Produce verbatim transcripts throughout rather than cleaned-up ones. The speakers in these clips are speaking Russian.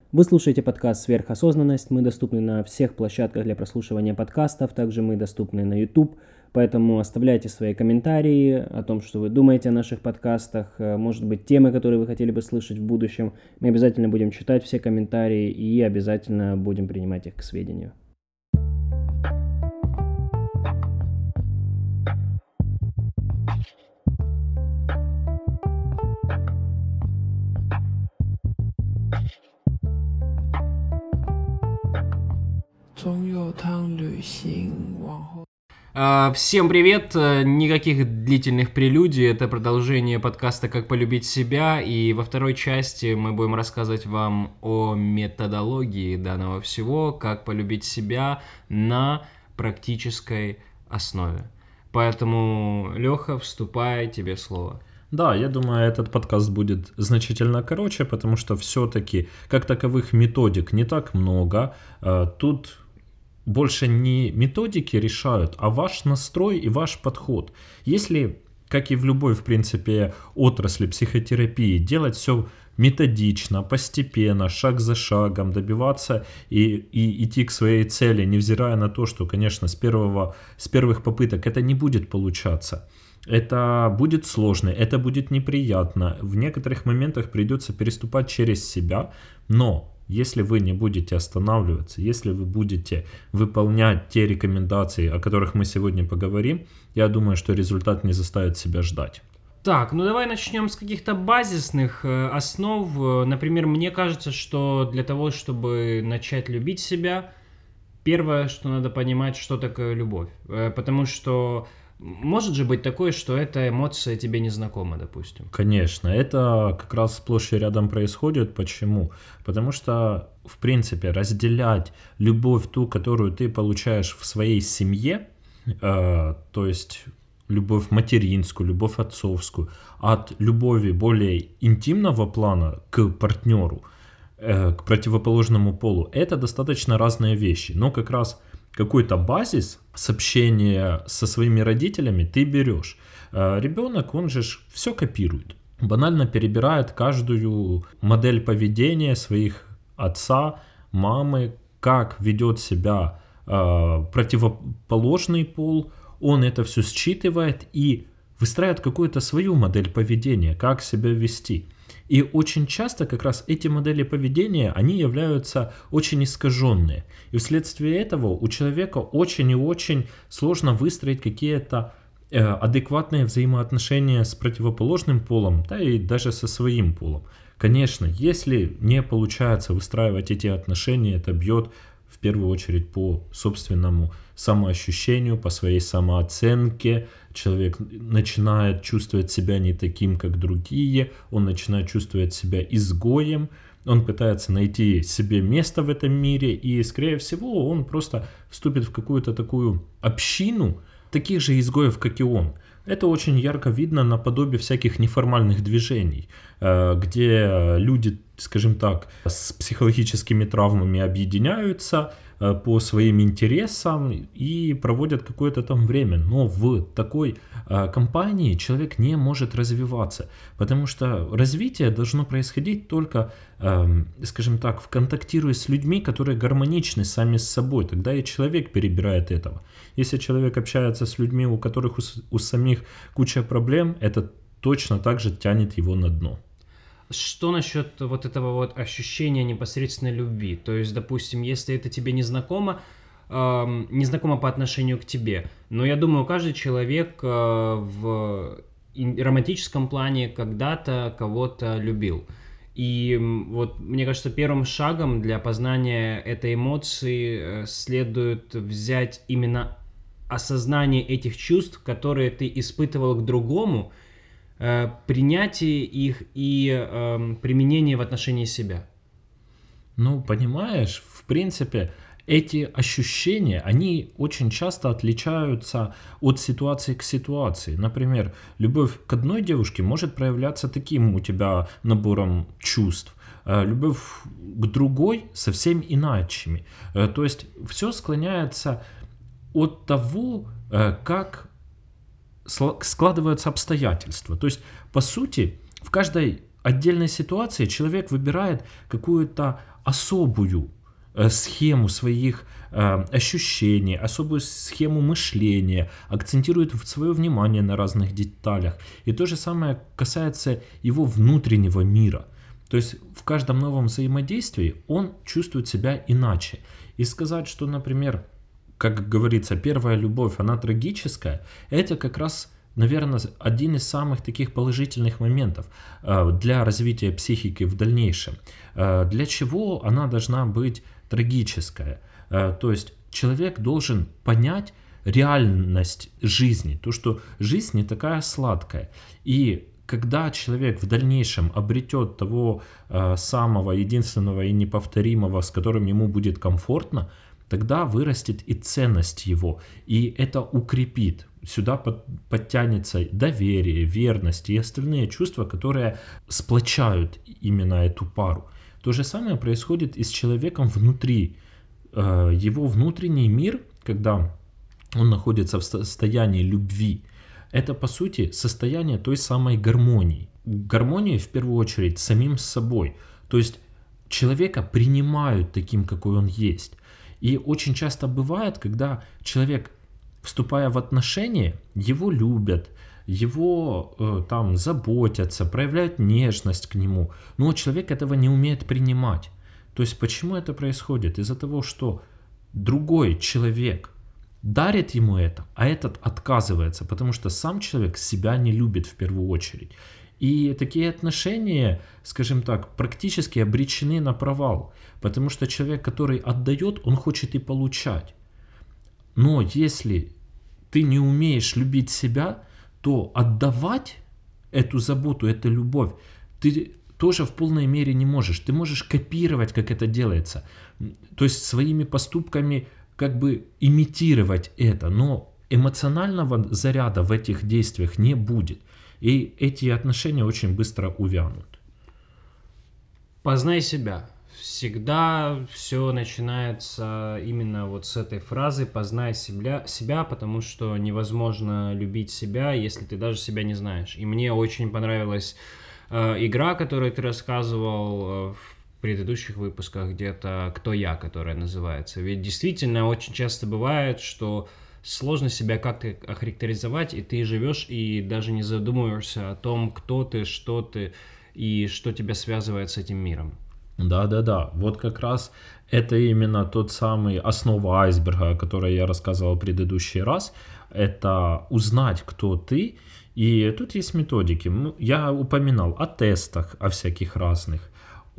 Вы слушаете подкаст «Сверхосознанность». Мы доступны на всех площадках для прослушивания подкастов. Также мы доступны на YouTube. Поэтому оставляйте свои комментарии о том, что вы думаете о наших подкастах. Может быть, темы, которые вы хотели бы слышать в будущем. Мы обязательно будем читать все комментарии и обязательно будем принимать их к сведению. Всем привет! Никаких длительных прелюдий, это продолжение подкаста «Как полюбить себя», и во второй части мы будем рассказывать вам о методологии данного всего, как полюбить себя на практической основе. Поэтому, Леха, вступай, тебе слово. Да, я думаю, этот подкаст будет значительно короче, потому что все-таки как таковых методик не так много. Тут больше не методики решают, а ваш настрой и ваш подход. Если, как и в любой, в принципе, отрасли психотерапии, делать все методично, постепенно, шаг за шагом, добиваться и, и идти к своей цели, невзирая на то, что, конечно, с, первого, с первых попыток это не будет получаться. Это будет сложно, это будет неприятно. В некоторых моментах придется переступать через себя, но если вы не будете останавливаться, если вы будете выполнять те рекомендации, о которых мы сегодня поговорим, я думаю, что результат не заставит себя ждать. Так, ну давай начнем с каких-то базисных э, основ. Например, мне кажется, что для того, чтобы начать любить себя, первое, что надо понимать, что такое любовь. Э, потому что может же быть такое, что эта эмоция тебе не знакома, допустим. Конечно, это как раз сплошь и рядом происходит. Почему? Потому что, в принципе, разделять любовь ту, которую ты получаешь в своей семье, э, то есть любовь материнскую, любовь отцовскую, от любови более интимного плана к партнеру, э, к противоположному полу, это достаточно разные вещи. Но как раз какой-то базис с общения со своими родителями ты берешь. Ребенок, он же все копирует. Банально перебирает каждую модель поведения своих отца, мамы, как ведет себя противоположный пол. Он это все считывает и выстраивает какую-то свою модель поведения, как себя вести. И очень часто как раз эти модели поведения, они являются очень искаженные. И вследствие этого у человека очень и очень сложно выстроить какие-то э, адекватные взаимоотношения с противоположным полом, да и даже со своим полом. Конечно, если не получается выстраивать эти отношения, это бьет в первую очередь по собственному самоощущению, по своей самооценке. Человек начинает чувствовать себя не таким, как другие, он начинает чувствовать себя изгоем, он пытается найти себе место в этом мире, и, скорее всего, он просто вступит в какую-то такую общину таких же изгоев, как и он. Это очень ярко видно наподобие всяких неформальных движений, где люди, скажем так, с психологическими травмами объединяются по своим интересам и проводят какое-то там время. Но в такой компании человек не может развиваться, потому что развитие должно происходить только, скажем так, в контактируя с людьми, которые гармоничны сами с собой. Тогда и человек перебирает этого. Если человек общается с людьми, у которых у, у самих куча проблем, это точно так же тянет его на дно. Что насчет вот этого вот ощущения непосредственной любви? То есть, допустим, если это тебе не знакомо, э, не знакомо по отношению к тебе, но я думаю, каждый человек э, в романтическом плане когда-то кого-то любил. И вот мне кажется, первым шагом для познания этой эмоции следует взять именно осознание этих чувств, которые ты испытывал к другому, принятие их и э, применение в отношении себя. Ну, понимаешь, в принципе, эти ощущения, они очень часто отличаются от ситуации к ситуации. Например, любовь к одной девушке может проявляться таким у тебя набором чувств, а любовь к другой совсем иначе. То есть все склоняется от того, как складываются обстоятельства. То есть, по сути, в каждой отдельной ситуации человек выбирает какую-то особую э, схему своих э, ощущений, особую схему мышления, акцентирует свое внимание на разных деталях. И то же самое касается его внутреннего мира. То есть в каждом новом взаимодействии он чувствует себя иначе. И сказать, что, например, как говорится, первая любовь, она трагическая, это как раз, наверное, один из самых таких положительных моментов э, для развития психики в дальнейшем. Э, для чего она должна быть трагическая? Э, то есть человек должен понять реальность жизни, то, что жизнь не такая сладкая. И когда человек в дальнейшем обретет того э, самого единственного и неповторимого, с которым ему будет комфортно, тогда вырастет и ценность его, и это укрепит. Сюда под, подтянется доверие, верность и остальные чувства, которые сплочают именно эту пару. То же самое происходит и с человеком внутри. Э, его внутренний мир, когда он находится в состоянии любви, это, по сути, состояние той самой гармонии. Гармонии, в первую очередь, с самим собой. То есть человека принимают таким, какой он есть. И очень часто бывает, когда человек, вступая в отношения, его любят, его э, там заботятся, проявляют нежность к нему, но человек этого не умеет принимать. То есть почему это происходит? Из-за того, что другой человек дарит ему это, а этот отказывается, потому что сам человек себя не любит в первую очередь. И такие отношения, скажем так, практически обречены на провал, потому что человек, который отдает, он хочет и получать. Но если ты не умеешь любить себя, то отдавать эту заботу, эту любовь, ты тоже в полной мере не можешь. Ты можешь копировать, как это делается, то есть своими поступками как бы имитировать это, но эмоционального заряда в этих действиях не будет. И эти отношения очень быстро увянут. Познай себя. Всегда все начинается именно вот с этой фразы «познай себя», себя, потому что невозможно любить себя, если ты даже себя не знаешь. И мне очень понравилась э, игра, которую ты рассказывал э, в предыдущих выпусках, где-то «Кто я?», которая называется. Ведь действительно очень часто бывает, что сложно себя как-то охарактеризовать, и ты живешь и даже не задумываешься о том, кто ты, что ты и что тебя связывает с этим миром. Да-да-да, вот как раз это именно тот самый основа айсберга, о которой я рассказывал в предыдущий раз, это узнать, кто ты, и тут есть методики. Я упоминал о тестах, о всяких разных,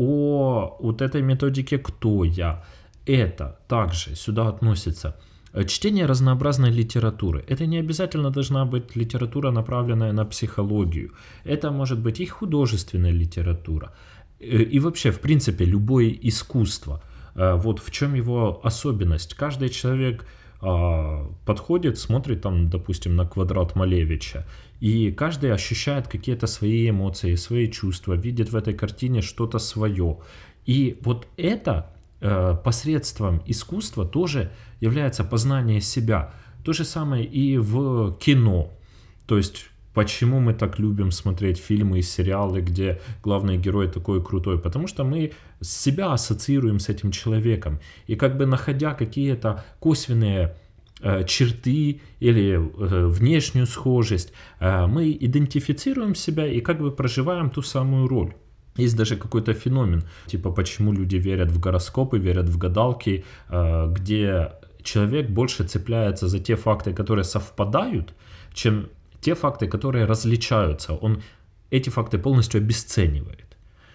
о вот этой методике «Кто я?». Это также сюда относится чтение разнообразной литературы. Это не обязательно должна быть литература, направленная на психологию. Это может быть и художественная литература. И вообще, в принципе, любое искусство. Вот в чем его особенность. Каждый человек подходит, смотрит там, допустим, на квадрат Малевича, и каждый ощущает какие-то свои эмоции, свои чувства, видит в этой картине что-то свое. И вот это посредством искусства тоже является познание себя. То же самое и в кино. То есть почему мы так любим смотреть фильмы и сериалы, где главный герой такой крутой? Потому что мы себя ассоциируем с этим человеком. И как бы находя какие-то косвенные э, черты или э, внешнюю схожесть, э, мы идентифицируем себя и как бы проживаем ту самую роль. Есть даже какой-то феномен, типа почему люди верят в гороскопы, верят в гадалки, э, где человек больше цепляется за те факты, которые совпадают, чем те факты, которые различаются. Он эти факты полностью обесценивает.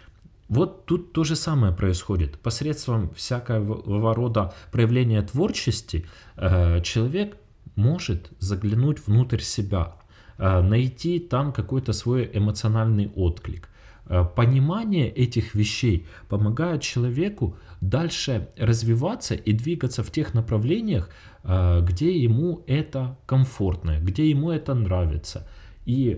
Вот тут то же самое происходит. Посредством всякого рода проявления творчести э, человек может заглянуть внутрь себя, э, найти там какой-то свой эмоциональный отклик. Э, понимание этих вещей помогает человеку дальше развиваться и двигаться в тех направлениях, э, где ему это комфортно, где ему это нравится. И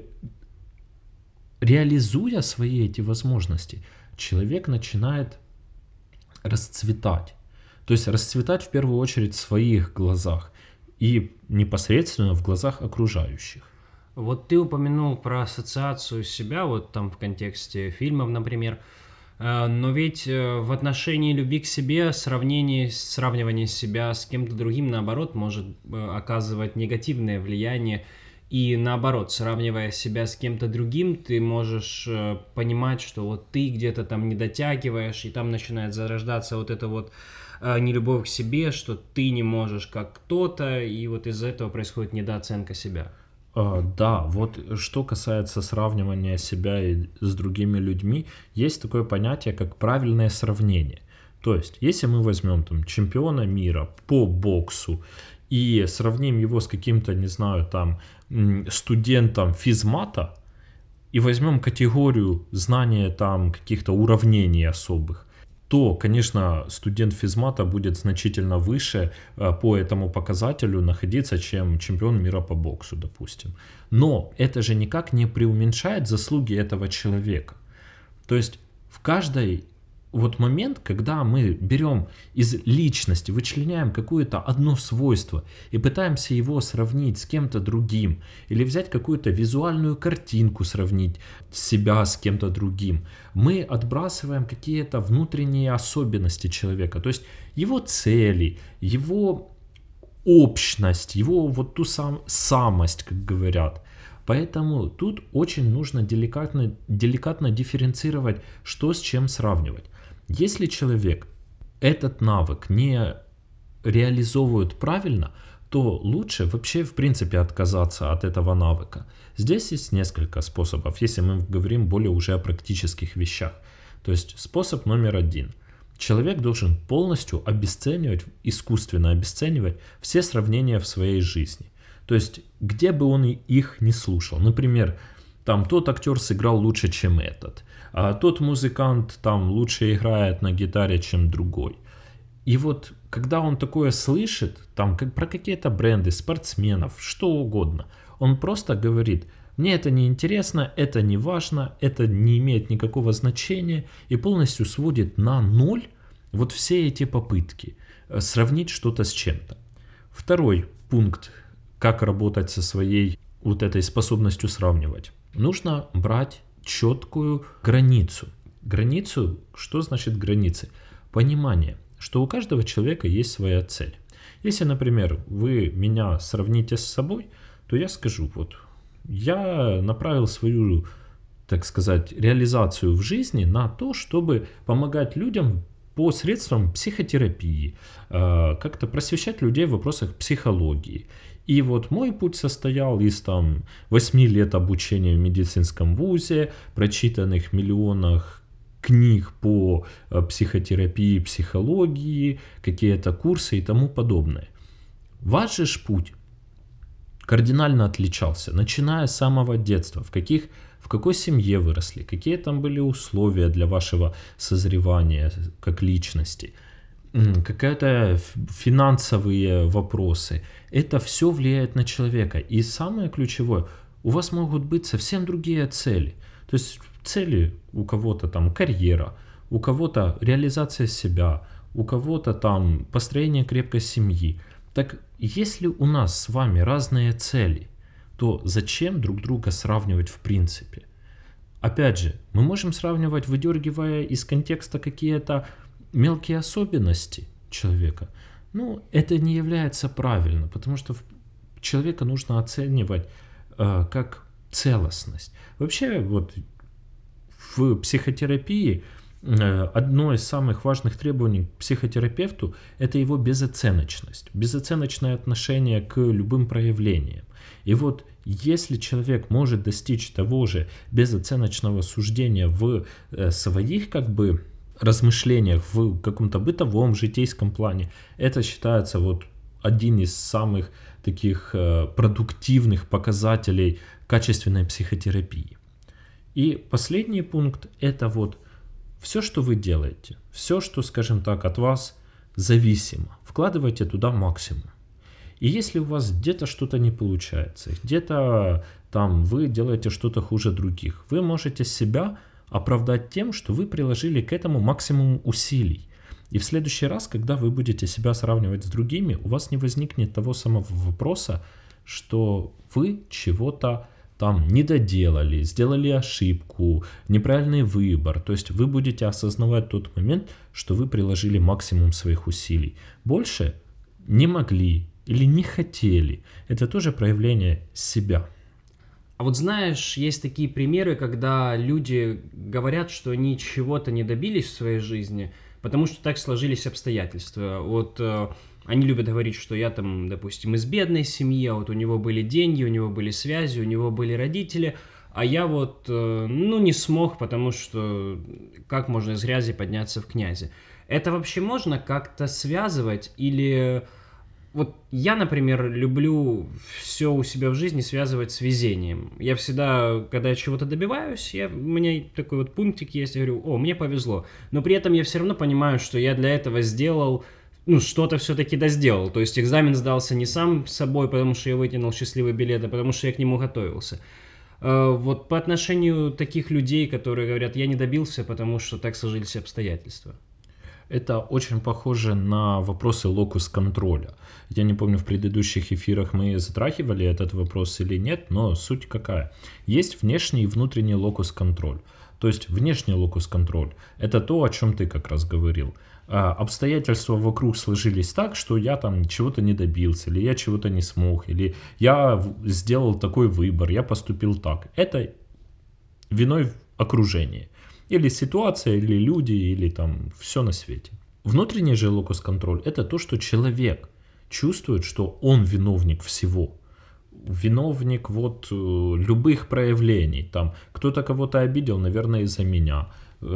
реализуя свои эти возможности, человек начинает расцветать. То есть расцветать в первую очередь в своих глазах и непосредственно в глазах окружающих. Вот ты упомянул про ассоциацию себя, вот там в контексте фильмов, например. Но ведь в отношении любви к себе сравнение, сравнивание себя с кем-то другим, наоборот, может оказывать негативное влияние. И наоборот, сравнивая себя с кем-то другим, ты можешь понимать, что вот ты где-то там не дотягиваешь, и там начинает зарождаться вот это вот нелюбовь к себе, что ты не можешь как кто-то, и вот из-за этого происходит недооценка себя. А, да, вот что касается сравнивания себя и с другими людьми, есть такое понятие, как правильное сравнение. То есть, если мы возьмем там чемпиона мира по боксу и сравним его с каким-то, не знаю, там студентом физмата, и возьмем категорию знания там каких-то уравнений особых, то, конечно, студент физмата будет значительно выше по этому показателю находиться, чем чемпион мира по боксу, допустим. Но это же никак не преуменьшает заслуги этого человека. То есть в каждой вот момент, когда мы берем из личности, вычленяем какое-то одно свойство и пытаемся его сравнить с кем-то другим, или взять какую-то визуальную картинку, сравнить себя с кем-то другим, мы отбрасываем какие-то внутренние особенности человека, то есть его цели, его общность, его вот ту сам, самость, как говорят. Поэтому тут очень нужно деликатно, деликатно дифференцировать, что с чем сравнивать. Если человек этот навык не реализовывает правильно, то лучше вообще в принципе отказаться от этого навыка. Здесь есть несколько способов, если мы говорим более уже о практических вещах. То есть способ номер один. Человек должен полностью обесценивать, искусственно обесценивать все сравнения в своей жизни. То есть где бы он их не слушал. Например, там тот актер сыграл лучше, чем этот. А тот музыкант там лучше играет на гитаре, чем другой. И вот когда он такое слышит, там как про какие-то бренды, спортсменов, что угодно, он просто говорит: мне это не интересно, это не важно, это не имеет никакого значения, и полностью сводит на ноль вот все эти попытки сравнить что-то с чем-то. Второй пункт, как работать со своей вот этой способностью сравнивать. Нужно брать четкую границу. Границу, что значит границы? Понимание, что у каждого человека есть своя цель. Если, например, вы меня сравните с собой, то я скажу: вот, я направил свою, так сказать, реализацию в жизни на то, чтобы помогать людям посредством психотерапии, как-то просвещать людей в вопросах психологии. И вот мой путь состоял из там восьми лет обучения в медицинском вузе, прочитанных миллионах книг по психотерапии, психологии, какие-то курсы и тому подобное. Ваш же путь кардинально отличался, начиная с самого детства, в, каких, в какой семье выросли, какие там были условия для вашего созревания как личности, какие-то финансовые вопросы. Это все влияет на человека. И самое ключевое, у вас могут быть совсем другие цели. То есть цели у кого-то там карьера, у кого-то реализация себя, у кого-то там построение крепкой семьи. Так если у нас с вами разные цели, то зачем друг друга сравнивать в принципе? Опять же, мы можем сравнивать, выдергивая из контекста какие-то мелкие особенности человека. Ну, это не является правильно, потому что человека нужно оценивать э, как целостность. Вообще, вот в психотерапии э, одно из самых важных требований к психотерапевту – это его безоценочность, безоценочное отношение к любым проявлениям. И вот если человек может достичь того же безоценочного суждения в э, своих как бы размышлениях, в каком-то бытовом, житейском плане, это считается вот один из самых таких э, продуктивных показателей качественной психотерапии. И последний пункт – это вот все, что вы делаете, все, что, скажем так, от вас зависимо, вкладывайте туда максимум. И если у вас где-то что-то не получается, где-то там вы делаете что-то хуже других, вы можете себя оправдать тем, что вы приложили к этому максимум усилий. И в следующий раз, когда вы будете себя сравнивать с другими, у вас не возникнет того самого вопроса, что вы чего-то там не доделали, сделали ошибку, неправильный выбор. То есть вы будете осознавать тот момент, что вы приложили максимум своих усилий. Больше не могли или не хотели. Это тоже проявление себя. А вот знаешь, есть такие примеры, когда люди говорят, что они чего-то не добились в своей жизни, потому что так сложились обстоятельства. Вот э, они любят говорить, что я там, допустим, из бедной семьи, а вот у него были деньги, у него были связи, у него были родители, а я вот, э, ну, не смог, потому что как можно из грязи подняться в князи? Это вообще можно как-то связывать или... Вот я, например, люблю все у себя в жизни связывать с везением. Я всегда, когда я чего-то добиваюсь, я, у меня такой вот пунктик есть, я говорю, о, мне повезло. Но при этом я все равно понимаю, что я для этого сделал, ну, что-то все-таки досделал. То есть экзамен сдался не сам собой, потому что я вытянул счастливый билет, а потому что я к нему готовился. Вот по отношению таких людей, которые говорят, я не добился, потому что так сложились обстоятельства. Это очень похоже на вопросы локус-контроля. Я не помню, в предыдущих эфирах мы затрагивали этот вопрос или нет, но суть какая. Есть внешний и внутренний локус-контроль. То есть внешний локус-контроль – это то, о чем ты как раз говорил. А обстоятельства вокруг сложились так, что я там чего-то не добился, или я чего-то не смог, или я сделал такой выбор, я поступил так. Это виной окружения. Или ситуация, или люди, или там все на свете. Внутренний же локус-контроль – это то, что человек чувствует, что он виновник всего. Виновник вот любых проявлений. Там кто-то кого-то обидел, наверное, из-за меня.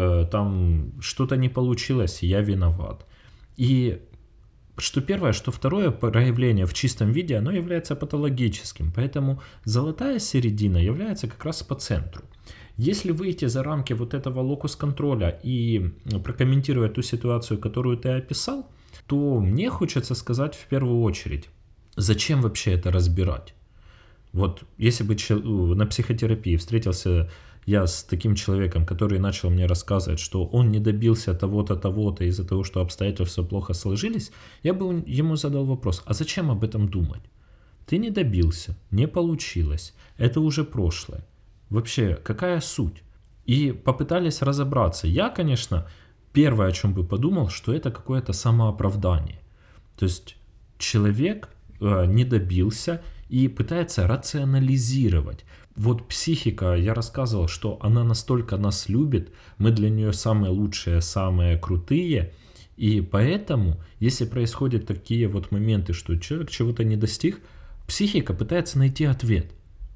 Там что-то не получилось, я виноват. И что первое, что второе проявление в чистом виде, оно является патологическим. Поэтому золотая середина является как раз по центру. Если выйти за рамки вот этого локус-контроля и прокомментировать ту ситуацию, которую ты описал, то мне хочется сказать в первую очередь, зачем вообще это разбирать? Вот если бы на психотерапии встретился я с таким человеком, который начал мне рассказывать, что он не добился того-то, того-то из-за того, что обстоятельства плохо сложились, я бы ему задал вопрос, а зачем об этом думать? Ты не добился, не получилось, это уже прошлое. Вообще, какая суть? И попытались разобраться. Я, конечно, первое, о чем бы подумал, что это какое-то самооправдание. То есть человек э, не добился и пытается рационализировать. Вот психика, я рассказывал, что она настолько нас любит, мы для нее самые лучшие, самые крутые. И поэтому, если происходят такие вот моменты, что человек чего-то не достиг, психика пытается найти ответ.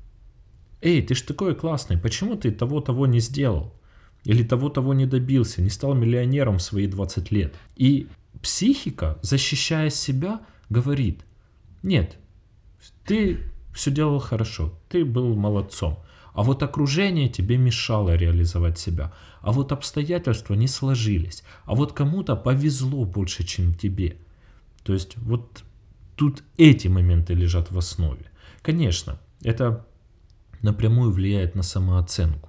Эй, ты ж такой классный, почему ты того-того не сделал? Или того-того не добился, не стал миллионером в свои двадцать лет? И психика, защищая себя, говорит, нет, ты все делал хорошо, ты был молодцом. А вот окружение тебе мешало реализовать себя. А вот обстоятельства не сложились. А вот кому-то повезло больше, чем тебе. То есть вот тут эти моменты лежат в основе. Конечно, это напрямую влияет на самооценку.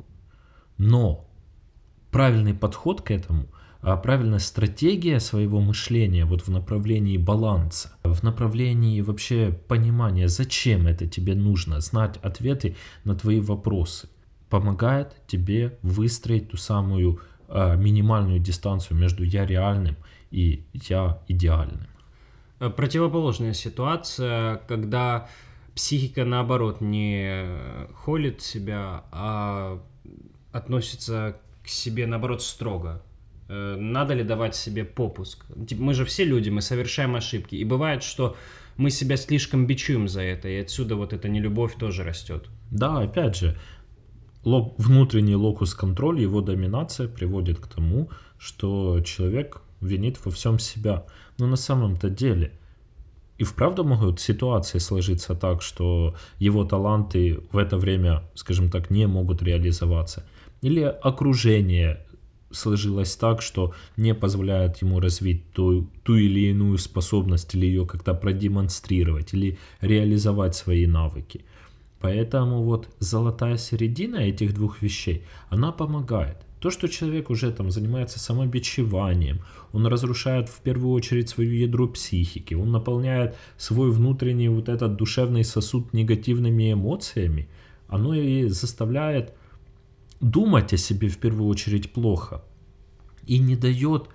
Но правильный подход к этому, правильная стратегия своего мышления вот в направлении баланса, в направлении вообще понимания, зачем это тебе нужно, знать ответы на твои вопросы, помогает тебе выстроить ту самую а, минимальную дистанцию между я реальным и я идеальным. Противоположная ситуация, когда психика, наоборот, не холит себя, а относится к себе, наоборот, строго. Надо ли давать себе попуск? Мы же все люди, мы совершаем ошибки. И бывает, что мы себя слишком бичуем за это, и отсюда вот эта нелюбовь тоже растет. Да, опять же, внутренний локус-контроль, его доминация приводит к тому, что человек винит во всем себя. Но на самом-то деле... И вправду могут ситуации сложиться так, что его таланты в это время, скажем так, не могут реализоваться. Или окружение сложилось так, что не позволяет ему развить ту, ту или иную способность, или ее как-то продемонстрировать, или реализовать свои навыки. Поэтому вот золотая середина этих двух вещей, она помогает. То, что человек уже там занимается самобичеванием, он разрушает в первую очередь свое ядро психики, он наполняет свой внутренний вот этот душевный сосуд негативными эмоциями, оно и заставляет думать о себе в первую очередь плохо и не дает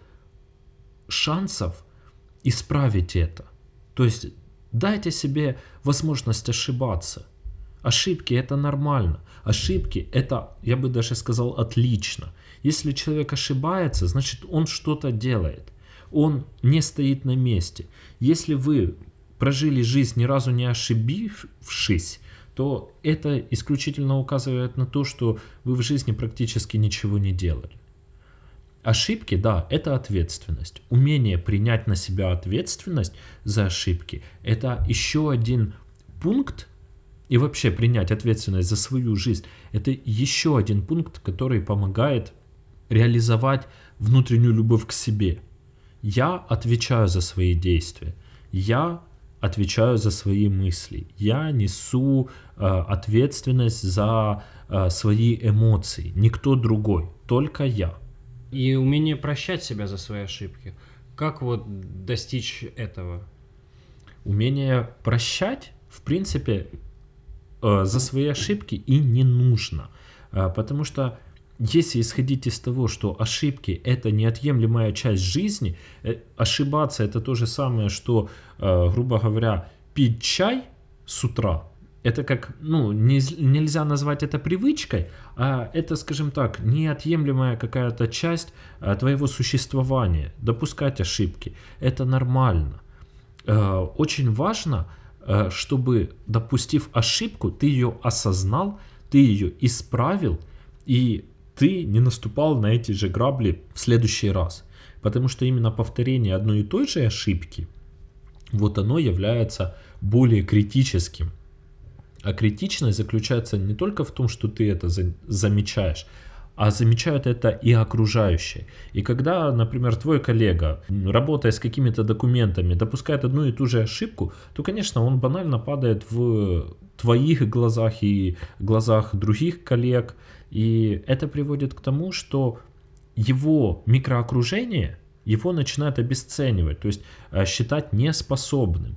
шансов исправить это. То есть дайте себе возможность ошибаться. Ошибки это нормально. Ошибки это, я бы даже сказал, отлично. Если человек ошибается, значит он что-то делает. Он не стоит на месте. Если вы прожили жизнь ни разу не ошибившись, то это исключительно указывает на то, что вы в жизни практически ничего не делали. Ошибки, да, это ответственность. Умение принять на себя ответственность за ошибки – это еще один пункт, и вообще принять ответственность за свою жизнь – это еще один пункт, который помогает реализовать внутреннюю любовь к себе. Я отвечаю за свои действия, я отвечаю за свои мысли, я несу э, ответственность за э, свои эмоции, никто другой, только я. И умение прощать себя за свои ошибки. Как вот достичь этого? Умение прощать, в принципе, э, за свои ошибки и не нужно. Э, потому что если исходить из того, что ошибки – это неотъемлемая часть жизни, э, ошибаться – это то же самое, что, э, грубо говоря, пить чай с утра. Это как, ну, не, нельзя назвать это привычкой, а это, скажем так, неотъемлемая какая-то часть а, твоего существования. Допускать ошибки – это нормально. Э, очень важно, э, чтобы, допустив ошибку, ты ее осознал, ты ее исправил, и ты не наступал на эти же грабли в следующий раз. Потому что именно повторение одной и той же ошибки, вот оно является более критическим. А критичность заключается не только в том, что ты это за- замечаешь, а замечают это и окружающие. И когда, например, твой коллега, работая с какими-то документами, допускает одну и ту же ошибку, то, конечно, он банально падает в твоих глазах и глазах других коллег. И это приводит к тому, что его микроокружение, его начинают обесценивать, то есть считать неспособным.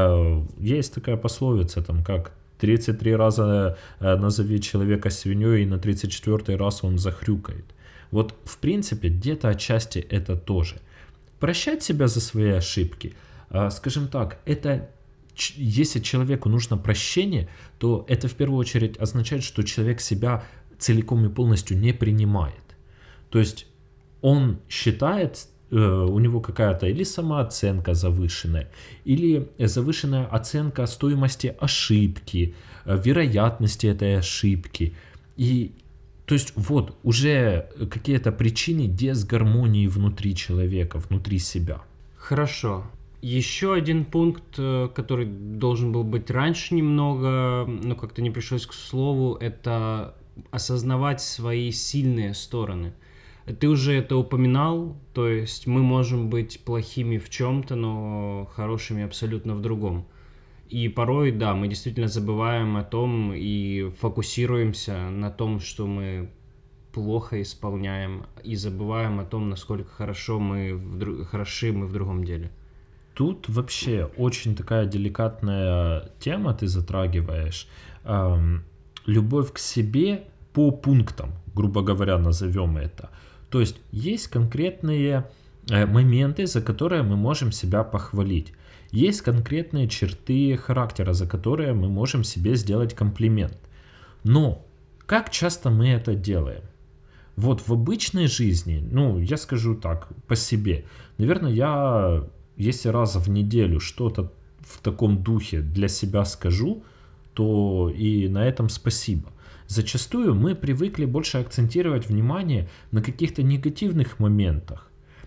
Есть такая пословица, там, как тридцать три раза назови человека свиньей, и на тридцать четвёртый раз он захрюкает. Вот, в принципе, где-то отчасти это тоже. Прощать себя за свои ошибки, скажем так, это, если человеку нужно прощение, то это в первую очередь означает, что человек себя целиком и полностью не принимает. То есть он считает, у него какая-то или самооценка завышенная, или завышенная оценка стоимости ошибки, вероятности этой ошибки. И то есть вот уже какие-то причины дисгармонии внутри человека, внутри себя. Хорошо. Еще один пункт, который должен был быть раньше немного, но как-то не пришлось к слову, это осознавать свои сильные стороны. Ты уже это упоминал, то есть мы можем быть плохими в чем-то, но хорошими абсолютно в другом. И порой, да, мы действительно забываем о том и фокусируемся на том, что мы плохо исполняем, и забываем о том, насколько хорошо мы в дру... хороши мы в другом деле. Тут вообще очень такая деликатная тема ты затрагиваешь. Эм, любовь к себе по пунктам, грубо говоря, назовем это. То есть есть конкретные э, моменты, за которые мы можем себя похвалить. Есть конкретные черты характера, за которые мы можем себе сделать комплимент. Но как часто мы это делаем? Вот в обычной жизни, ну, я скажу так, по себе. Наверное, я, если раз в неделю что-то в таком духе для себя скажу, то и на этом спасибо. Зачастую мы привыкли больше акцентировать внимание на каких-то негативных моментах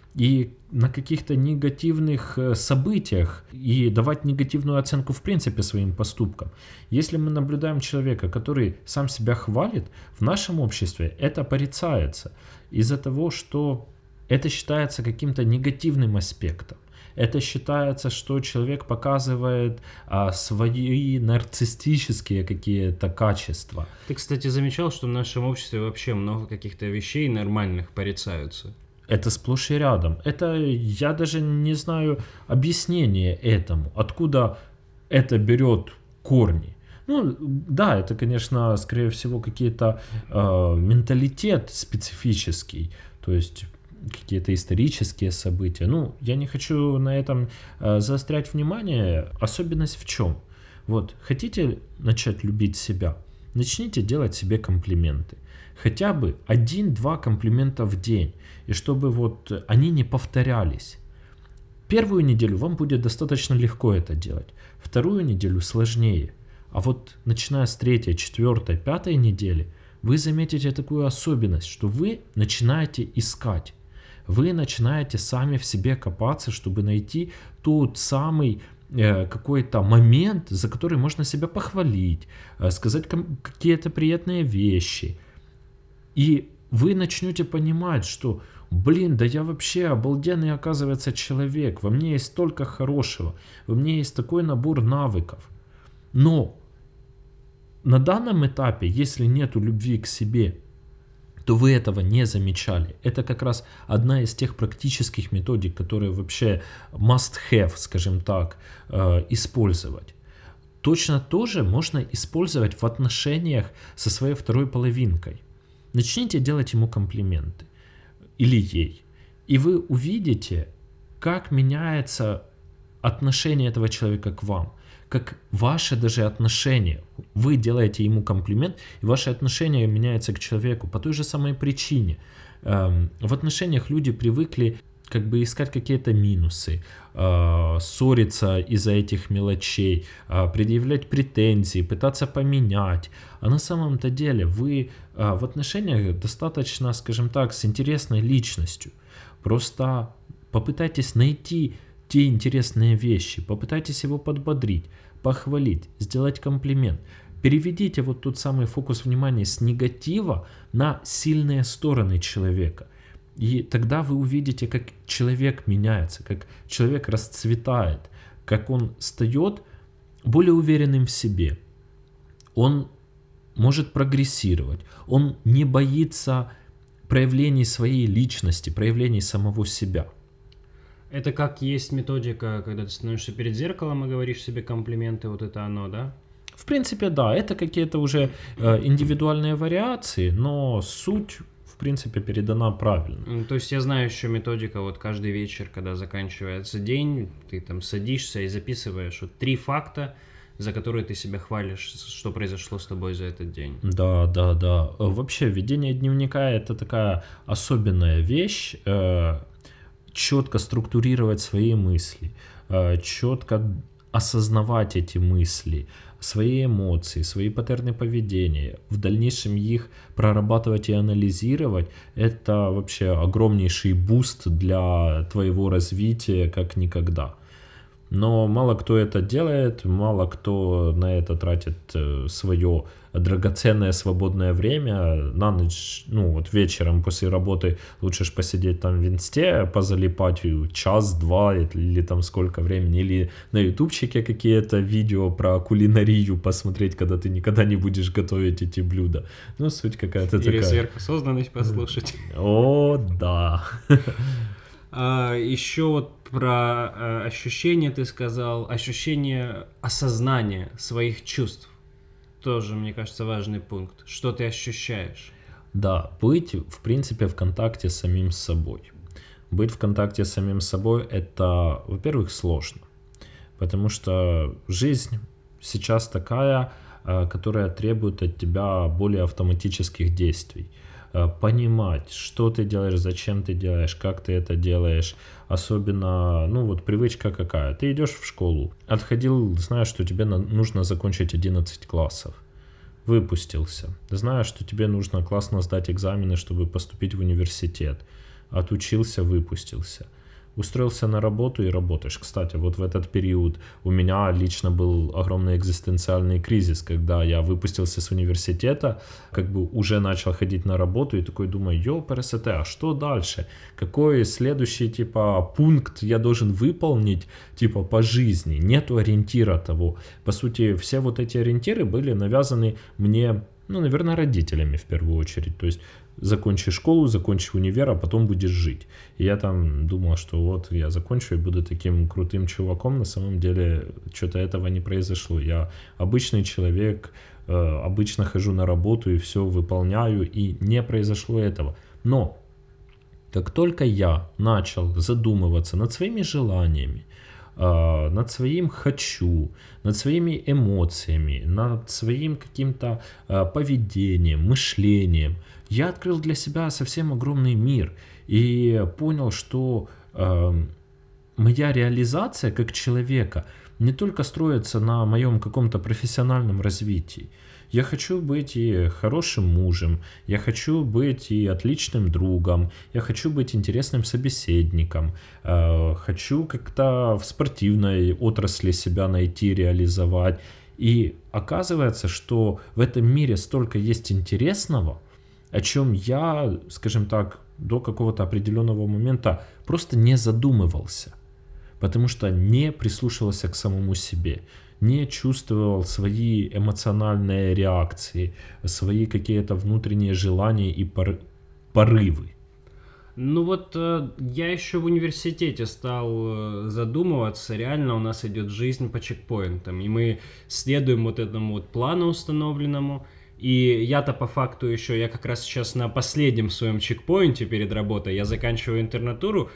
и на каких-то негативных событиях и давать негативную оценку в принципе своим поступкам. Если мы наблюдаем человека, который сам себя хвалит, в нашем обществе это порицается из-за того, что это считается каким-то негативным аспектом. Это считается, что человек показывает а, свои нарциссические какие-то качества. Ты, кстати, замечал, что в нашем обществе вообще много каких-то вещей нормальных порицаются? Это сплошь и рядом. Это я даже не знаю объяснения этому, откуда это берет корни. Ну, да, это, конечно, скорее всего, какие-то э, менталитет специфический, то есть какие-то исторические события. Ну, я не хочу на этом э, заострять внимание. Особенность в чем? Вот, хотите начать любить себя? Начните делать себе комплименты. Хотя бы один-два комплимента в день. И чтобы вот они не повторялись. Первую неделю вам будет достаточно легко это делать. Вторую неделю сложнее. А вот начиная с третьей, четвертой, пятой недели, вы заметите такую особенность, что вы начинаете искать. Вы начинаете сами в себе копаться, чтобы найти тот самый э, какой-то момент, за который можно себя похвалить, э, сказать ком- какие-то приятные вещи. И вы начнете понимать, что, блин, да я вообще обалденный, оказывается, человек, во мне есть столько хорошего, во мне есть такой набор навыков. Но на данном этапе, если нету любви к себе, то вы этого не замечали. Это как раз одна из тех практических методик, которые вообще must have, скажем так, э, использовать. Точно то же можно использовать в отношениях со своей второй половинкой. Начните делать ему комплименты. Или ей. И вы увидите, как меняется отношение этого человека к вам. Как ваши даже отношения. Вы делаете ему комплимент, и ваши отношения меняются к человеку по той же самой причине. В отношениях люди привыкли как бы искать какие-то минусы, ссориться из-за этих мелочей, предъявлять претензии, пытаться поменять. А на самом-то деле вы в отношениях достаточно, скажем так, с интересной личностью. Просто попытайтесь найти те интересные вещи, попытайтесь его подбодрить, похвалить, сделать комплимент. Переведите вот тот самый фокус внимания с негатива на сильные стороны человека. И тогда вы увидите, как человек меняется, как человек расцветает, как он встает более уверенным в себе. Он может прогрессировать, он не боится проявлений своей личности, проявлений самого себя. Это как есть методика, когда ты становишься перед зеркалом и говоришь себе комплименты, вот это оно, да? В принципе, да, это какие-то уже э, индивидуальные вариации, но суть, в принципе, передана правильно. То есть я знаю еще методика, вот каждый вечер, когда заканчивается день, ты там садишься и записываешь вот три факта, за которые ты себя хвалишь, что произошло с тобой за этот день. Да, да, да. Вообще, ведение дневника — это такая особенная вещь. Э, четко структурировать свои мысли, четко осознавать эти мысли, свои эмоции, свои паттерны поведения, в дальнейшем их прорабатывать и анализировать, это вообще огромнейший буст для твоего развития как никогда. Но мало кто это делает, мало кто на это тратит свое драгоценное свободное время. На ночь, ну вот вечером после работы лучше ж посидеть там в инсте, позалипать час-два или там сколько времени, или на ютубчике какие-то видео про кулинарию посмотреть, когда ты никогда не будешь готовить эти блюда. Ну, суть какая-то такая. Или сверхосознанность послушать. О, да. А, еще вот про э, ощущение ты сказал, ощущение осознания своих чувств. Тоже, мне кажется, важный пункт. Что ты ощущаешь? Да, быть, в принципе, в контакте с самим собой. Быть в контакте с самим собой — это, во-первых, сложно. Потому что жизнь сейчас такая, которая требует от тебя более автоматических действий. Понимать, что ты делаешь, зачем ты делаешь, как ты это делаешь. Особенно, ну вот привычка какая. Ты идешь в школу, отходил, знаешь, что тебе нужно закончить одиннадцать классов. Выпустился. Знаешь, что тебе нужно классно сдать экзамены, чтобы поступить в университет. Отучился, выпустился. Устроился на работу и работаешь. Кстати, вот в этот период у меня лично был огромный экзистенциальный кризис, когда я выпустился с университета, как бы уже начал ходить на работу и такой думаю, ёпрст, а что дальше? Какой следующий, типа, пункт я должен выполнить, типа, по жизни? Нету ориентира того. По сути, все вот эти ориентиры были навязаны мне Ну, наверное, родителями в первую очередь. То есть закончи школу, закончи универ, а потом будешь жить. И я там думал, что вот я закончу и буду таким крутым чуваком. На самом деле что-то этого не произошло. Я обычный человек, обычно хожу на работу и все выполняю, и не произошло этого. Но как только я начал задумываться над своими желаниями, над своим «хочу», над своими эмоциями, над своим каким-то поведением, мышлением, я открыл для себя совсем огромный мир и понял, что моя реализация как человека не только строится на моем каком-то профессиональном развитии. Я хочу быть и хорошим мужем, я хочу быть и отличным другом, я хочу быть интересным собеседником, э, хочу как-то в спортивной отрасли себя найти, реализовать. И оказывается, что в этом мире столько есть интересного, о чем я, скажем так, до какого-то определенного момента просто не задумывался, потому что не прислушивался к самому себе. Не чувствовал свои эмоциональные реакции, свои какие-то внутренние желания и порывы. Ну вот э, я еще в университете стал э, задумываться, реально у нас идет жизнь по чекпоинтам, и мы следуем вот этому вот плану установленному, и я-то по факту еще, я как раз сейчас на последнем своем чекпоинте перед работой, я заканчиваю интернатуру,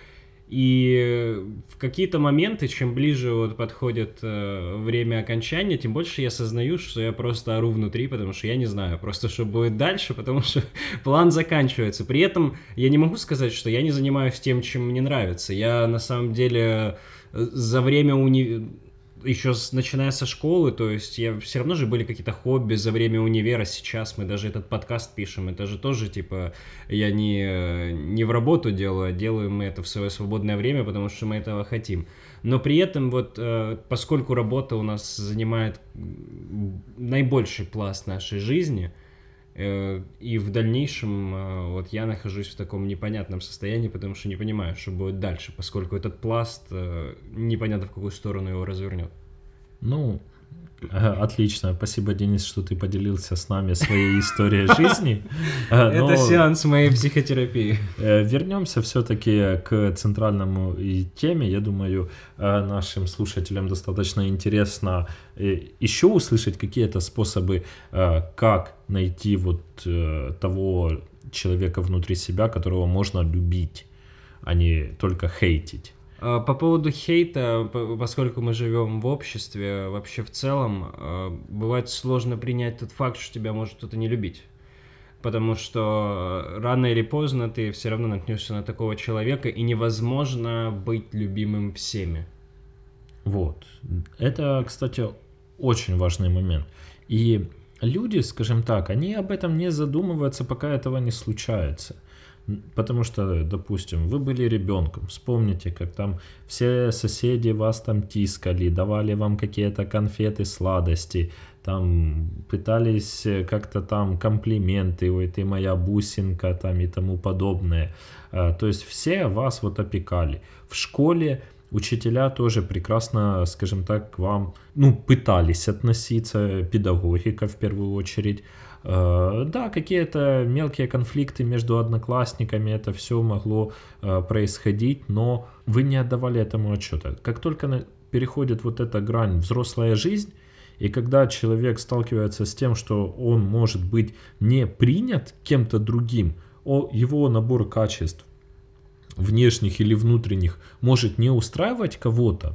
и в какие-то моменты, чем ближе вот подходит э, время окончания, тем больше я осознаю, что я просто ору внутри, потому что я не знаю просто, что будет дальше, потому что план заканчивается. При этом я не могу сказать, что я не занимаюсь тем, чем мне нравится. Я на самом деле за время уни... еще с, начиная со школы, то есть я все равно же были какие-то хобби за время универа. Сейчас мы даже этот подкаст пишем, это же тоже типа я не, не в работу делаю, а делаем мы это в свое свободное время, потому что мы этого хотим. Но при этом вот поскольку работа у нас занимает наибольший пласт нашей жизни, и в дальнейшем вот я нахожусь в таком непонятном состоянии, потому что не понимаю, что будет дальше, поскольку этот пласт непонятно в какую сторону его развернет. Ну, отлично. Спасибо, Денис, что ты поделился с нами своей историей жизни. Это сеанс моей психотерапии. Вернемся все-таки к центральному теме. Я думаю, нашим слушателям достаточно интересно еще услышать какие-то способы, как найти вот того человека внутри себя, которого можно любить, а не только хейтить. По поводу хейта, поскольку мы живем в обществе, вообще в целом, бывает сложно принять тот факт, что тебя может кто-то не любить. Потому что рано или поздно ты все равно наткнешься на такого человека, и невозможно быть любимым всеми. Вот. Это, кстати, очень важный момент. И люди, скажем так, они об этом не задумываются, пока этого не случается. Потому что, допустим, вы были ребенком, вспомните, как там все соседи вас там тискали, давали вам какие-то конфеты, сладости, там пытались как-то там комплименты, ой, ты моя бусинка, там и тому подобное. То есть все вас вот опекали. В школе учителя тоже прекрасно, скажем так, к вам, ну, пытались относиться, педагогика в первую очередь. Да, какие-то мелкие конфликты между одноклассниками, это все могло происходить, но вы не отдавали этому отчета. Как только переходит вот эта грань взрослая жизнь, и когда человек сталкивается с тем, что он может быть не принят кем-то другим, его набор качеств, внешних или внутренних, может не устраивать кого-то,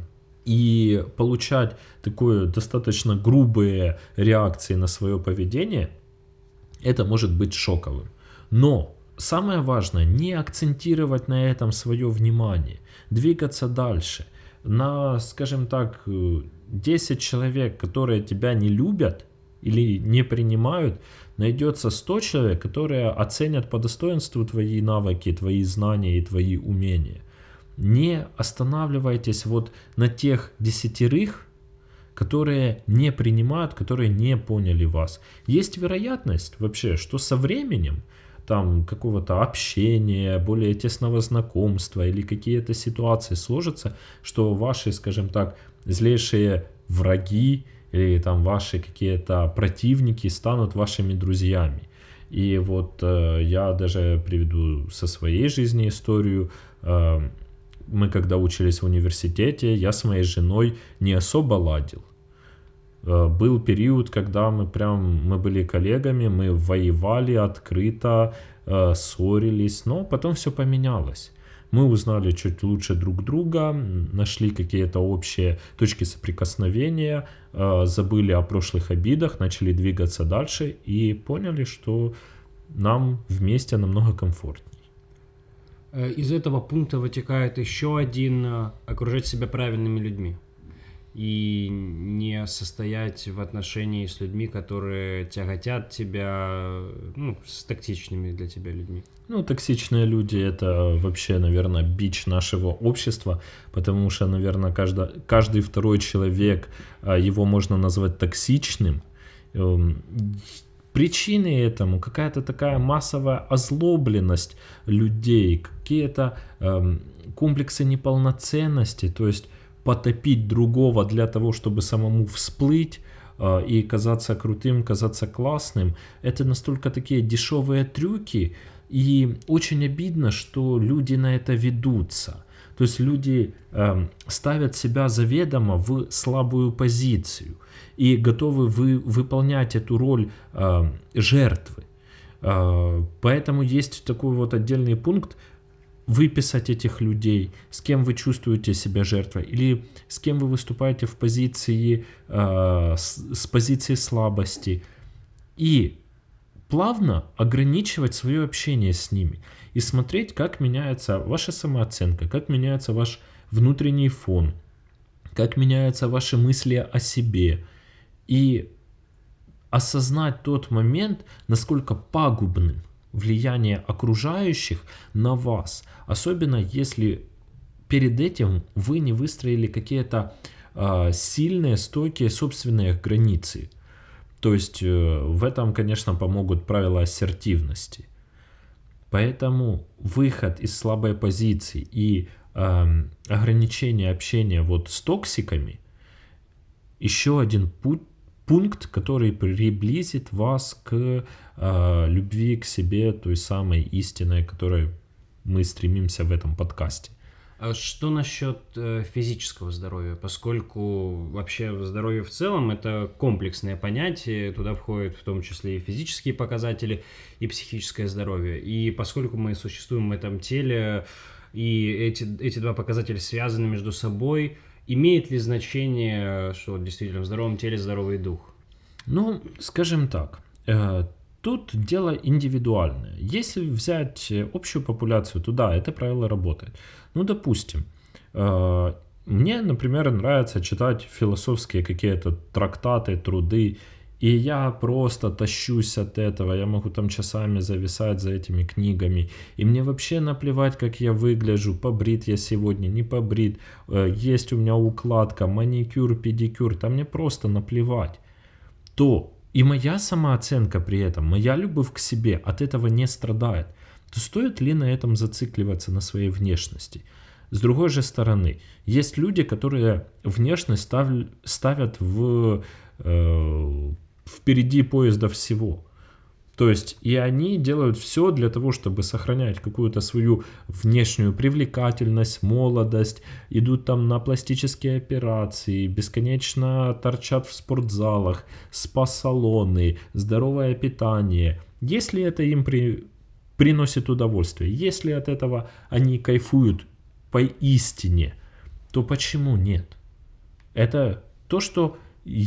и получать такое достаточно грубые реакции на свое поведение, это может быть шоковым. Но самое важное, не акцентировать на этом свое внимание, двигаться дальше. На, скажем так, десять человек, которые тебя не любят или не принимают, найдется сто человек, которые оценят по достоинству твои навыки, твои знания и твои умения. Не останавливайтесь вот на тех десятерых, которые не принимают, которые не поняли вас. Есть вероятность вообще, что со временем там какого-то общения, более тесного знакомства или какие-то ситуации сложатся, что ваши, скажем так, злейшие враги или там ваши какие-то противники станут вашими друзьями. И вот э, я даже приведу со своей жизни историю. Э, мы когда учились в университете, я с моей женой не особо ладил. Э, был период, когда мы прям, мы были коллегами, мы воевали открыто, э, ссорились, но потом все поменялось. Мы узнали чуть лучше друг друга, нашли какие-то общие точки соприкосновения, забыли о прошлых обидах, начали двигаться дальше и поняли, что нам вместе намного комфортней. Из этого пункта вытекает еще один: окружать себя правильными людьми и не состоять в отношении с людьми, которые тяготят тебя, ну, с токсичными для тебя людьми. Ну, токсичные люди — это вообще, наверное, бич нашего общества, потому что, наверное, каждый, каждый второй человек, его можно назвать токсичным. Причины этому какая-то такая массовая озлобленность людей, какие-то э, комплексы неполноценности, то есть потопить другого для того, чтобы самому всплыть э, и казаться крутым, казаться классным. Это настолько такие дешевые трюки, и очень обидно, что люди на это ведутся. То есть люди э, ставят себя заведомо в слабую позицию и готовы вы, выполнять эту роль э, жертвы. Э, поэтому есть такой вот отдельный пункт: выписать этих людей, с кем вы чувствуете себя жертвой, или с кем вы выступаете в позиции, э, с, с позиции слабости, и плавно ограничивать свое общение с ними и смотреть, как меняется ваша самооценка, как меняется ваш внутренний фон, как меняются ваши мысли о себе, и осознать тот момент, насколько пагубным влияние окружающих на вас, особенно если перед этим вы не выстроили какие-то э, сильные, стойкие собственные границы. То есть э, в этом, конечно, помогут правила ассертивности. Поэтому выход из слабой позиции и э, ограничение общения вот с токсиками еще один путь, пункт, который приблизит вас к э, любви к себе, той самой истинной, к которой мы стремимся в этом подкасте. А что насчет э, физического здоровья? Поскольку вообще здоровье в целом это комплексное понятие, туда входят в том числе и физические показатели, и психическое здоровье. И поскольку мы существуем в этом теле, и эти, эти два показателя связаны между собой, имеет ли значение, что действительно в здоровом теле здоровый дух? Ну, скажем так, э, тут дело индивидуальное. Если взять общую популяцию, то да, это правило работает. Ну, допустим, э, мне, например, нравится читать философские какие-то трактаты, труды, и я просто тащусь от этого, я могу там часами зависать за этими книгами, и мне вообще наплевать, как я выгляжу, побрит я сегодня, не побрит, э, есть у меня укладка, маникюр, педикюр, там мне просто наплевать. То и моя самооценка при этом, моя любовь к себе от этого не страдает, то стоит ли на этом зацикливаться, на своей внешности? С другой же стороны, есть люди, которые внешность став, ставят в, э, впереди поезда всего. То есть и они делают все для того, чтобы сохранять какую-то свою внешнюю привлекательность, молодость, идут там на пластические операции, бесконечно торчат в спортзалах, спа-салоны, здоровое питание. Если это им при, приносит удовольствие, если от этого они кайфуют поистине, то почему нет? Это то, что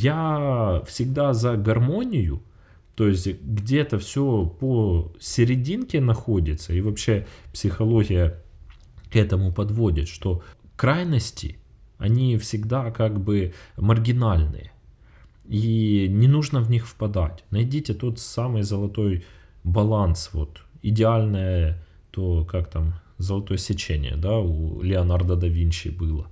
я всегда за гармонию. То есть где-то все по серединке находится, и вообще психология к этому подводит, что крайности, они всегда как бы маргинальные, и не нужно в них впадать. Найдите тот самый золотой баланс, вот идеальное, то как там, золотое сечение, да, у Леонардо да Винчи было.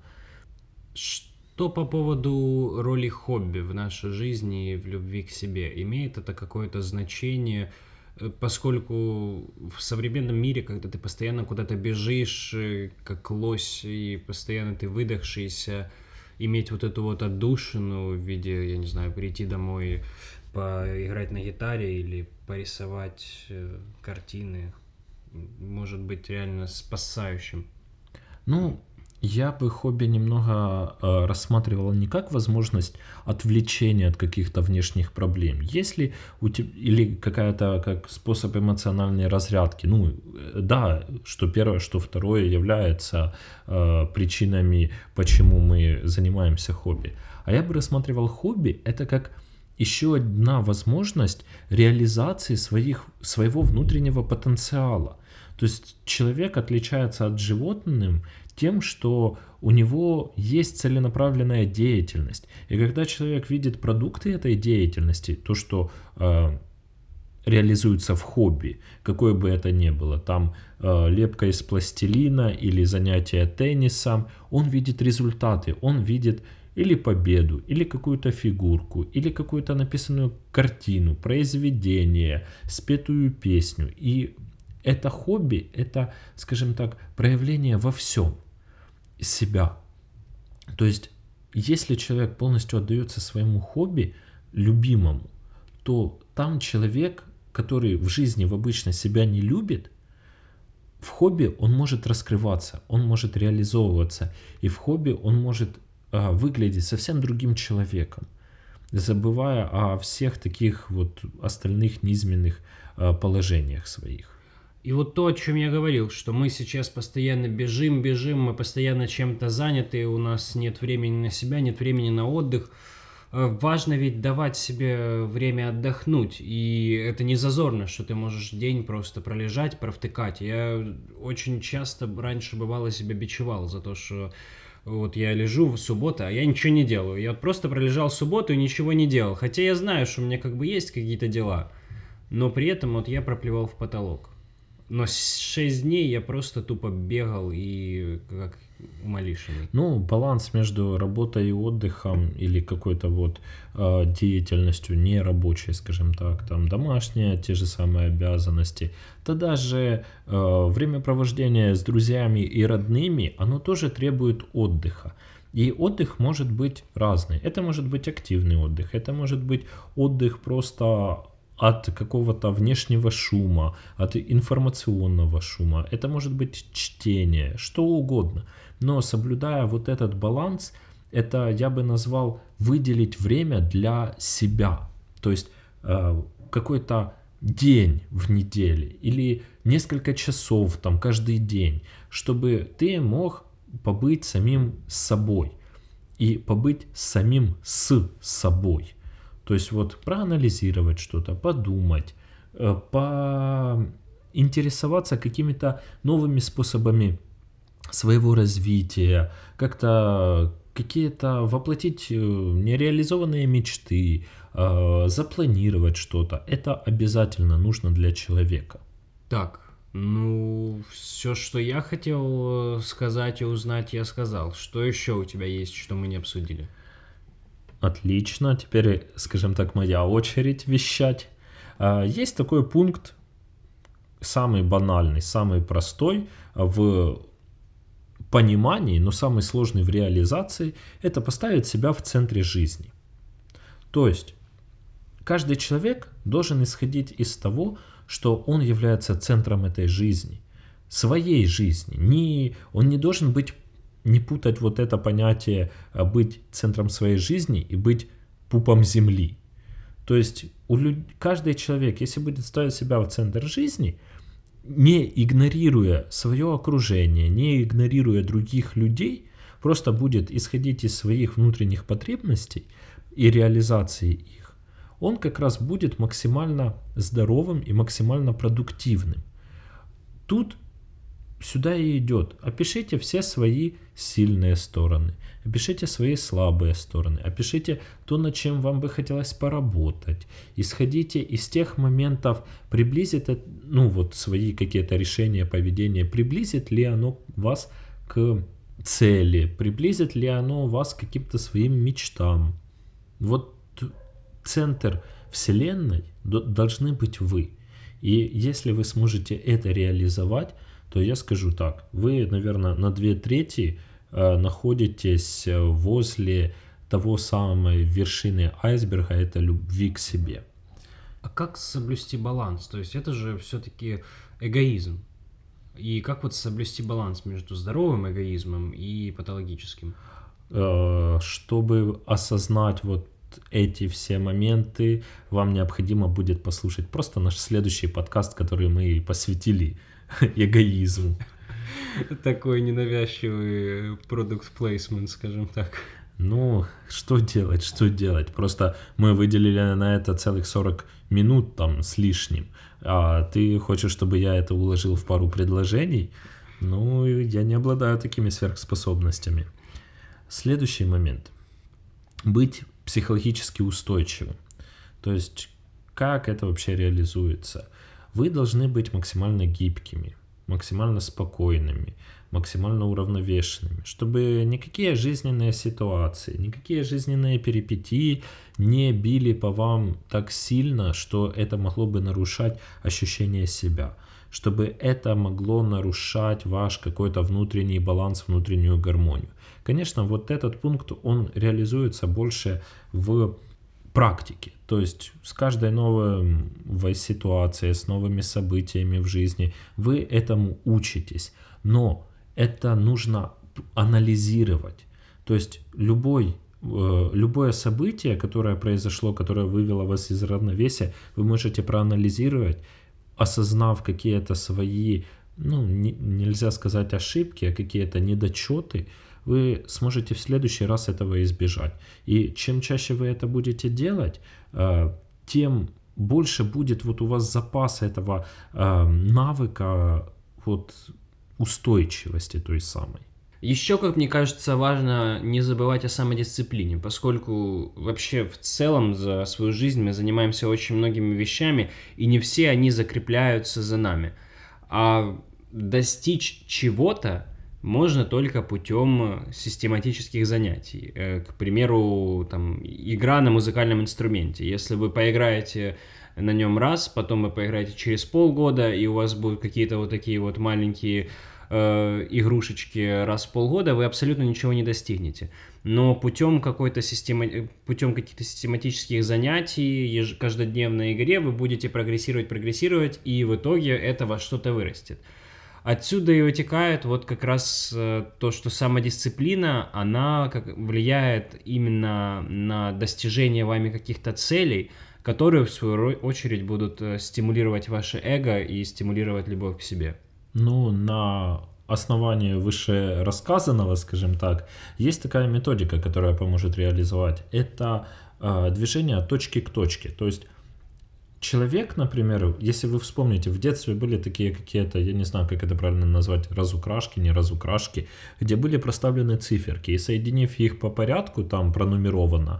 Что по поводу роли хобби в нашей жизни и в любви к себе? Имеет это какое-то значение, поскольку в современном мире, когда ты постоянно куда-то бежишь, как лось, и постоянно ты выдохшийся, иметь вот эту вот отдушину в виде, я не знаю, прийти домой, поиграть на гитаре или порисовать э, картины, может быть реально спасающим. Ну, я бы хобби немного э, рассматривал не как возможность отвлечения от каких-то внешних проблем. Если у тебя или какая-то как способ эмоциональной разрядки, ну э, да, что первое, что второе является э, причинами, почему мы занимаемся хобби. А я бы рассматривал хобби это как еще одна возможность реализации своих, своего внутреннего потенциала. То есть человек отличается от животных тем, что у него есть целенаправленная деятельность. И когда человек видит продукты этой деятельности, то, что э, реализуется в хобби, какое бы это ни было, там э, лепка из пластилина или занятие теннисом, он видит результаты, он видит или победу, или какую-то фигурку, или какую-то написанную картину, произведение, спетую песню. И это хобби, это, скажем так, проявление во всем себя. То есть, если человек полностью отдается своему хобби, любимому, то там человек, который в жизни в обычно себя не любит, в хобби он может раскрываться, он может реализовываться, и в хобби он может а, выглядеть совсем другим человеком, забывая о всех таких вот остальных низменных а, положениях своих. И вот то, о чем я говорил, что мы сейчас постоянно бежим, бежим, мы постоянно чем-то заняты, у нас нет времени на себя, нет времени на отдых. Важно ведь давать себе время отдохнуть, и это не зазорно, что ты можешь день просто пролежать, провтыкать. Я очень часто раньше бывало себя бичевал за то, что вот я лежу в субботу, а я ничего не делаю. Я просто пролежал субботу и ничего не делал, хотя я знаю, что у меня как бы есть какие-то дела, но при этом вот я проплевал в потолок. Но шесть дней я просто тупо бегал и как умалишенный. Ну, баланс между работой и отдыхом или какой-то вот э, деятельностью нерабочей, скажем так, там домашние, те же самые обязанности, да даже э, времяпровождение с друзьями и родными, оно тоже требует отдыха. И отдых может быть разный. Это может быть активный отдых, это может быть отдых просто от какого-то внешнего шума, от информационного шума. Это может быть чтение, что угодно. Но соблюдая вот этот баланс, это я бы назвал выделить время для себя. То есть э, какой-то день в неделе или несколько часов там каждый день, чтобы ты мог побыть самим собой и побыть самим с собой. То есть вот проанализировать что-то, подумать, поинтересоваться какими-то новыми способами своего развития, как-то какие-то воплотить нереализованные мечты, запланировать что-то. Это обязательно нужно для человека. Так, ну, все, что я хотел сказать и узнать, я сказал. Что еще у тебя есть, что мы не обсудили? Отлично, теперь, скажем так, моя очередь вещать. Есть такой пункт, самый банальный, самый простой в понимании, но самый сложный в реализации, это поставить себя в центре жизни. То есть, каждый человек должен исходить из того, что он является центром этой жизни, своей жизни. Не, он не должен быть Не путать вот это понятие быть центром своей жизни и быть пупом земли. То есть у люд... каждый человек, если будет ставить себя в центр жизни, не игнорируя свое окружение, не игнорируя других людей, просто будет исходить из своих внутренних потребностей и реализации их, он как раз будет максимально здоровым и максимально продуктивным. Тут сюда и идет. Опишите все свои сильные стороны, опишите свои слабые стороны, опишите то, над чем вам бы хотелось поработать. Исходите из тех моментов, приблизит, ну вот свои какие-то решения, поведения, приблизит ли оно вас к цели, приблизит ли оно вас к каким-то своим мечтам. Вот центр Вселенной должны быть вы. И если вы сможете это реализовать, то я скажу так, вы, наверное, на две трети э, находитесь возле того самой вершины айсберга, это любви к себе. А как соблюсти баланс? То есть это же все-таки эгоизм. И как вот соблюсти баланс между здоровым эгоизмом и патологическим? Э, чтобы осознать вот эти все моменты, вам необходимо будет послушать просто наш следующий подкаст, который мы посвятили эгоизму. Такой ненавязчивый продукт плейсмент, скажем так. Ну, что делать, что делать? Просто мы выделили на это целых сорок минут там с лишним, а ты хочешь, чтобы я это уложил в пару предложений? Ну, я не обладаю такими сверхспособностями. Следующий момент. Быть психологически устойчивым. То есть, как это вообще реализуется? Вы должны быть максимально гибкими, максимально спокойными, максимально уравновешенными, чтобы никакие жизненные ситуации, никакие жизненные перипетии не били по вам так сильно, что это могло бы нарушать ощущение себя, чтобы это могло нарушать ваш какой-то внутренний баланс, внутреннюю гармонию. Конечно, вот этот пункт, он реализуется больше в практике. То есть с каждой новой ситуацией, с новыми событиями в жизни вы этому учитесь. Но это нужно анализировать. То есть любой, э, любое событие, которое произошло, которое вывело вас из равновесия, вы можете проанализировать, осознав какие-то свои, ну, не, нельзя сказать ошибки, а какие-то недочеты, вы сможете в следующий раз этого избежать. И чем чаще вы это будете делать, э, тем больше будет вот у вас запас этого э, навыка вот, устойчивости той самой. Еще, как мне кажется, важно не забывать о самодисциплине, поскольку вообще в целом за свою жизнь мы занимаемся очень многими вещами, и не все они закрепляются за нами. А достичь чего-то можно только путем систематических занятий. К примеру, там, игра на музыкальном инструменте. Если вы поиграете на нем раз, потом вы поиграете через полгода, и у вас будут какие-то вот такие вот маленькие э, игрушечки раз в полгода, вы абсолютно ничего не достигнете. Но путем какой-то система... путем каких-то систематических занятий, еж... каждодневной игре вы будете прогрессировать, прогрессировать, и в итоге это во что-то вырастет. Отсюда и вытекает вот как раз то, что самодисциплина, она как влияет именно на достижение вами каких-то целей, которые в свою очередь будут стимулировать ваше эго и стимулировать любовь к себе. Ну, на основании выше рассказанного, скажем так, есть такая методика, которая поможет реализовать. Это э, движение от точки к точке. То есть человек, например, если вы вспомните, в детстве были такие какие-то, я не знаю, как это правильно назвать, разукрашки, не разукрашки, где были проставлены циферки, и соединив их по порядку, там пронумеровано,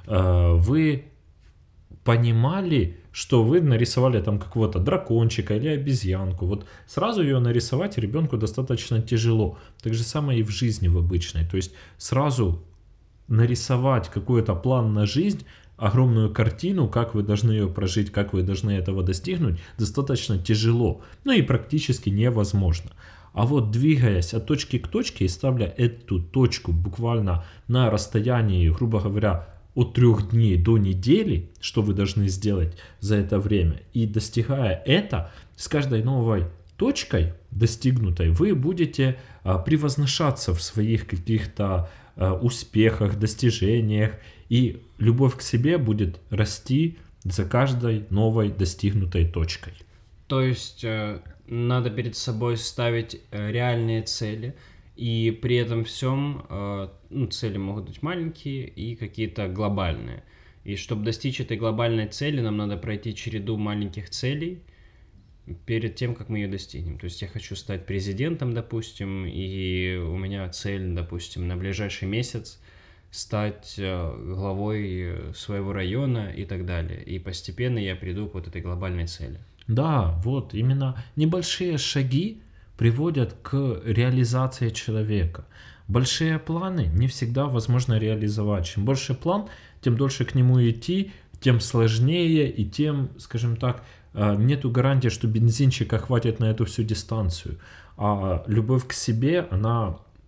вы понимали, что вы нарисовали там какого-то дракончика или обезьянку. Вот сразу ее нарисовать ребенку достаточно тяжело. Так же самое и в жизни в обычной. То есть сразу нарисовать какой-то план на жизнь, огромную картину, как вы должны ее прожить, как вы должны этого достигнуть, достаточно тяжело, ну и практически невозможно. А вот двигаясь от точки к точке и ставля эту точку буквально на расстоянии, грубо говоря, от трех дней до недели, что вы должны сделать за это время, и достигая это, с каждой новой точкой достигнутой, вы будете а, превозношаться в своих каких-то а, успехах, достижениях, и любовь к себе будет расти за каждой новой достигнутой точкой. То есть э, надо перед собой ставить э, реальные цели, и при этом всем э, ну, цели могут быть маленькие и какие-то глобальные. И чтобы достичь этой глобальной цели, нам надо пройти череду маленьких целей перед тем, как мы ее достигнем. То есть я хочу стать президентом, допустим, и у меня цель, допустим, на ближайший месяц стать главой своего района и так далее. И постепенно я приду к вот этой глобальной цели. Да, вот именно небольшие шаги приводят к реализации человека. Большие планы не всегда возможно реализовать. Чем больше план, тем дольше к нему идти, тем сложнее и тем, скажем так, нету гарантии, что бензинчика хватит на эту всю дистанцию. А любовь к себе, она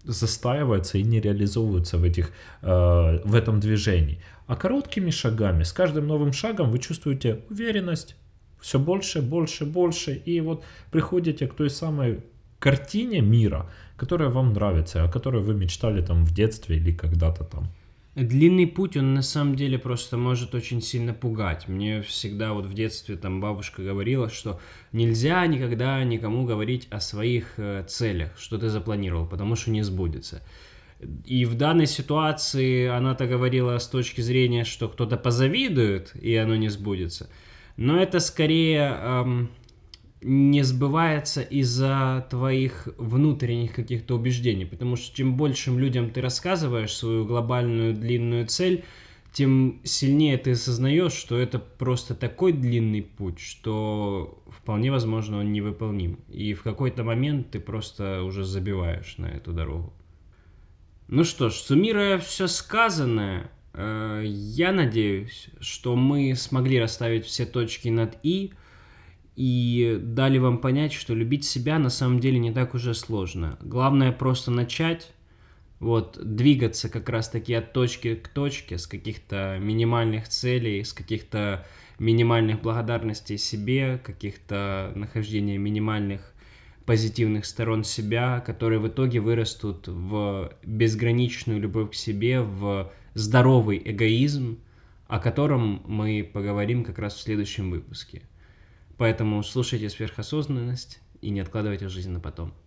застаиваются и не реализовываются в, этих, э, в этом движении. А короткими шагами, с каждым новым шагом вы чувствуете уверенность, все больше, больше, больше, и вот приходите к той самой картине мира, которая вам нравится, о которой вы мечтали там в детстве или когда-то там. Длинный путь, он на самом деле просто может очень сильно пугать. Мне всегда вот в детстве там бабушка говорила, что нельзя никогда никому говорить о своих э, целях, что ты запланировал, потому что не сбудется. И в данной ситуации она-то говорила с точки зрения, что кто-то позавидует, и оно не сбудется. Но это скорее эм, не сбывается из-за твоих внутренних каких-то убеждений. Потому что чем большим людям ты рассказываешь свою глобальную длинную цель, тем сильнее ты осознаешь, что это просто такой длинный путь, что вполне возможно он невыполним. И в какой-то момент ты просто уже забиваешь на эту дорогу. Ну что ж, суммируя все сказанное, э, я надеюсь, что мы смогли расставить все точки над «и» и дали вам понять, что любить себя на самом деле не так уже сложно. Главное просто начать, вот, двигаться как раз-таки от точки к точке, с каких-то минимальных целей, с каких-то минимальных благодарностей себе, каких-то нахождения минимальных позитивных сторон себя, которые в итоге вырастут в безграничную любовь к себе, в здоровый эгоизм, о котором мы поговорим как раз в следующем выпуске. Поэтому слушайте сверхосознанность и не откладывайте жизнь на потом.